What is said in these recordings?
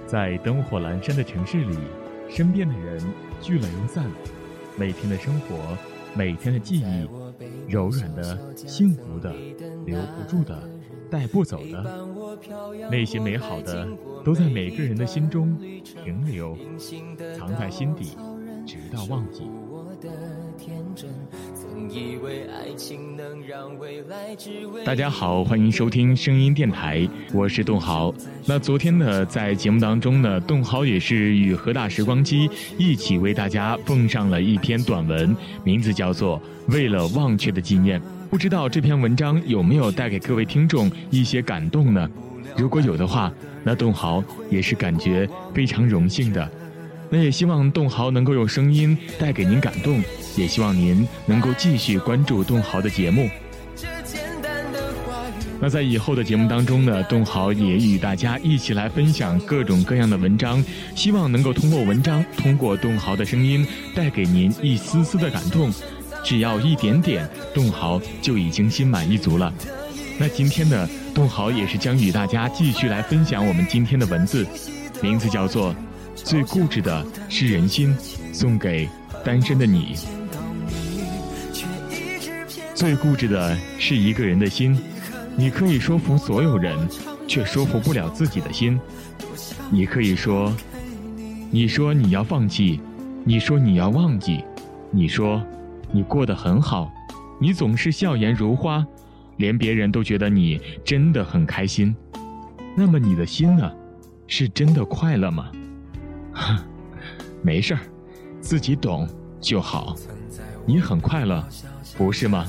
在灯火阑珊的城市里，身边的人聚了又散，每天的生活，每天的记忆，柔软的、幸福的、留不住的、带不走的，那些美好的都在每个人的心中停留，藏在心底，直到忘记。大家好，欢迎收听声音电台，我是栋豪。那昨天呢，在节目当中呢，栋豪也是与河大时光机一起为大家奉上了一篇短文，名字叫做《为了忘却的纪念》。不知道这篇文章有没有带给各位听众一些感动呢？如果有的话，那栋豪也是感觉非常荣幸的。那也希望栋豪能够用声音带给您感动，也希望您能够继续关注栋豪的节目。那在以后的节目当中呢，栋豪也与大家一起来分享各种各样的文章，希望能够通过文章，通过栋豪的声音，带给您一丝丝的感动。只要一点点，栋豪就已经心满意足了。那今天呢，栋豪也是将与大家继续来分享我们今天的文字，名字叫做最固执的是人心，送给单身的你。最固执的是一个人的心，你可以说服所有人，却说服不了自己的心。你可以说，你说你要放弃，你说你要忘记，你说你过得很好，你总是笑颜如花，连别人都觉得你真的很开心。那么你的心呢？是真的快乐吗？没事儿，自己懂就好。你很快乐，不是吗？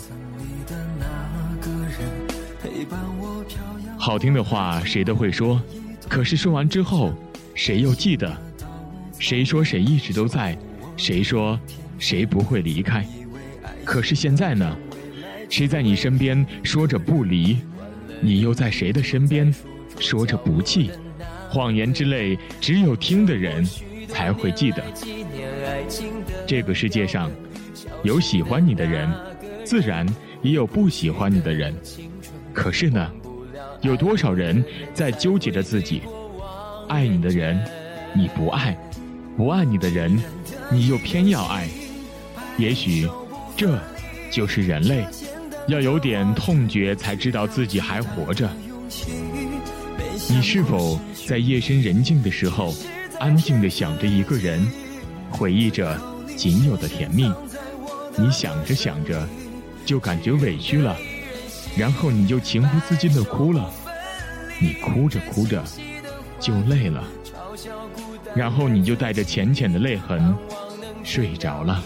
好听的话谁都会说，可是说完之后，谁又记得？谁说谁一直都在？谁说谁不会离开？可是现在呢？谁在你身边说着不离，你又在谁的身边说着不弃？谎言之类，只有听的人才会记得。这个世界上有喜欢你的人，自然也有不喜欢你的人。可是呢，有多少人在纠结着自己？爱你的人你不爱，不爱你的人你又偏要爱。也许这就是人类，要有点痛觉才知道自己还活着。你是否在夜深人静的时候，安静地想着一个人，回忆着仅有的甜蜜？你想着想着，就感觉委屈了，然后你就情不自禁地哭了。你哭着哭着就累了，然后你就带着浅浅的泪痕睡着了。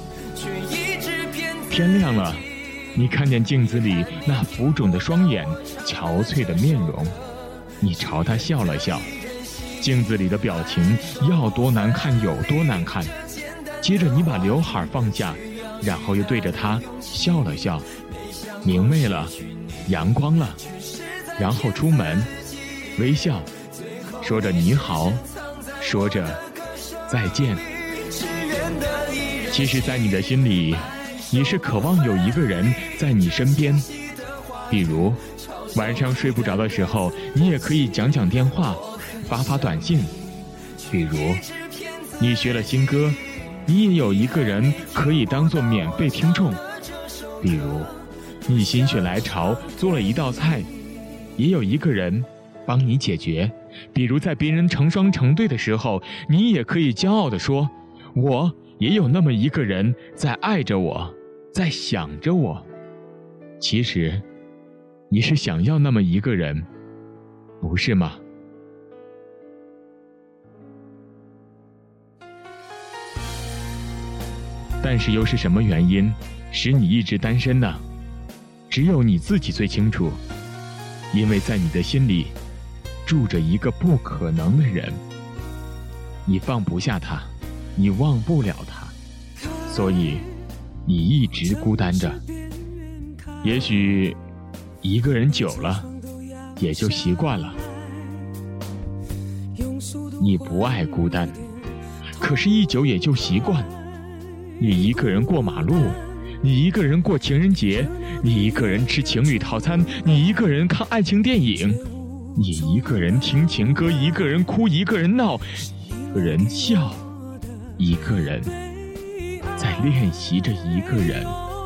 天亮了，你看见镜子里那浮肿的双眼，憔悴的面容，你朝他笑了笑，镜子里的表情要多难看有多难看。接着你把刘海放下，然后又对着他笑了笑，明媚了，阳光了，然后出门，微笑，说着你好，说着再见。其实在你的心里，你是渴望有一个人在你身边，比如晚上睡不着的时候，你也可以讲讲电话，发发短信。比如你学了新歌，你也有一个人可以当作免费听众。比如你心血来潮做了一道菜，也有一个人帮你解决。比如在别人成双成对的时候，你也可以骄傲地说，我也有那么一个人在爱着我，在想着我。其实你是想要那么一个人，不是吗？但是又是什么原因使你一直单身呢？只有你自己最清楚。因为在你的心里住着一个不可能的人，你放不下他，你忘不了他，所以你一直孤单着。也许一个人久了也就习惯了。你不爱孤单，可是一久也就习惯。你一个人过马路，你一个人过情人节，你一个人吃情侣套餐，你一个人看爱情电影， 你一个人听情歌，一个人哭，一个人闹，一个人笑，一个人在练习着一个人。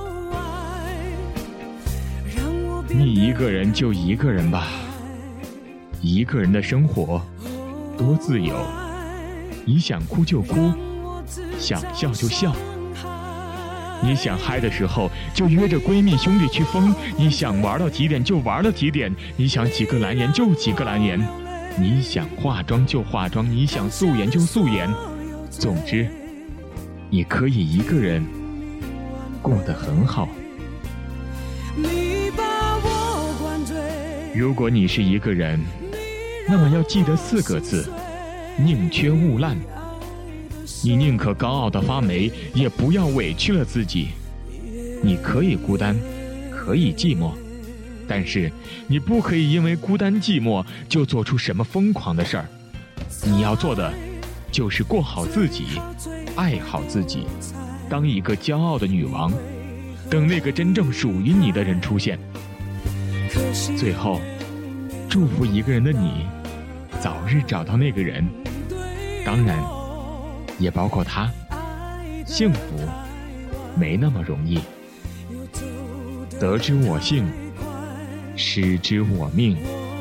你一个人就一个人吧，一个人的生活多自由，你想哭就哭，想笑就笑，你想嗨的时候就约着闺蜜兄弟去疯，你想玩到几点就玩到几点，你想几个蓝颜就几个蓝颜，你想化妆就化妆，你想素颜就素颜，总之你可以一个人过得很好。如果你是一个人，那么要记得4个字：宁缺毋滥。你宁可高傲的发霉，也不要委屈了自己。你可以孤单，可以寂寞，但是你不可以因为孤单寂寞就做出什么疯狂的事儿。你要做的就是过好自己，爱好自己，当一个骄傲的女王，等那个真正属于你的人出现。最后，祝福一个人的你早日找到那个人，当然也包括他。幸福没那么容易，得之我幸，失之我命。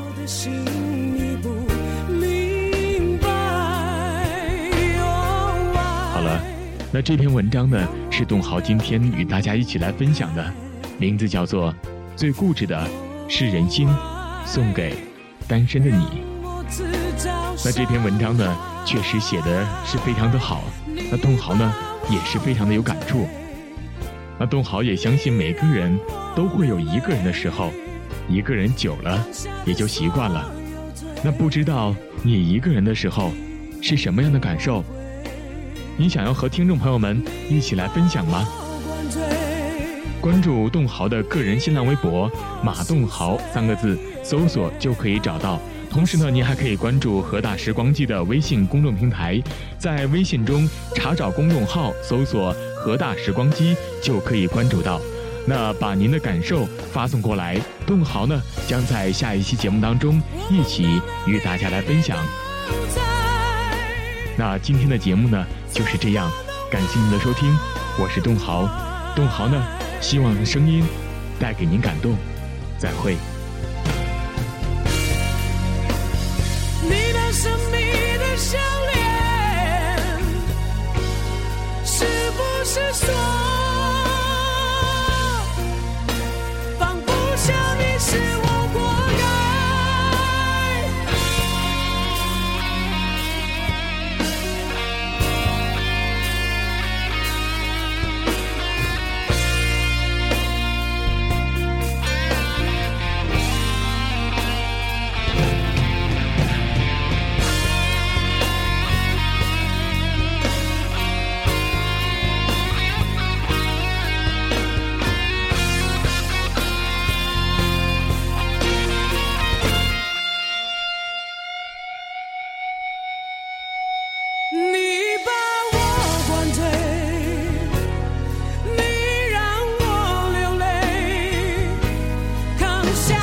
好了，那这篇文章呢，是董豪今天与大家一起来分享的，名字叫做《最固执的是人心》，送给单身的你。那这篇文章呢，确实写的是非常的好，那董豪呢也是非常的有感触。那董豪也相信每个人都会有一个人的时候，一个人久了也就习惯了。那不知道你一个人的时候是什么样的感受？你想要和听众朋友们一起来分享吗？关注董豪的个人新浪微博马董豪3个字，搜索就可以找到。同时呢，您还可以关注河大时光机的微信公众平台，在微信中查找公众号，搜索河大时光机就可以关注到。那把您的感受发送过来，董豪呢将在下一期节目当中一起与大家来分享。那今天的节目呢就是这样，感谢您的收听，我是董豪。董豪呢希望用声音带给您感动，再会。 你的神秘的笑脸，是不是说放不下你是我活该？下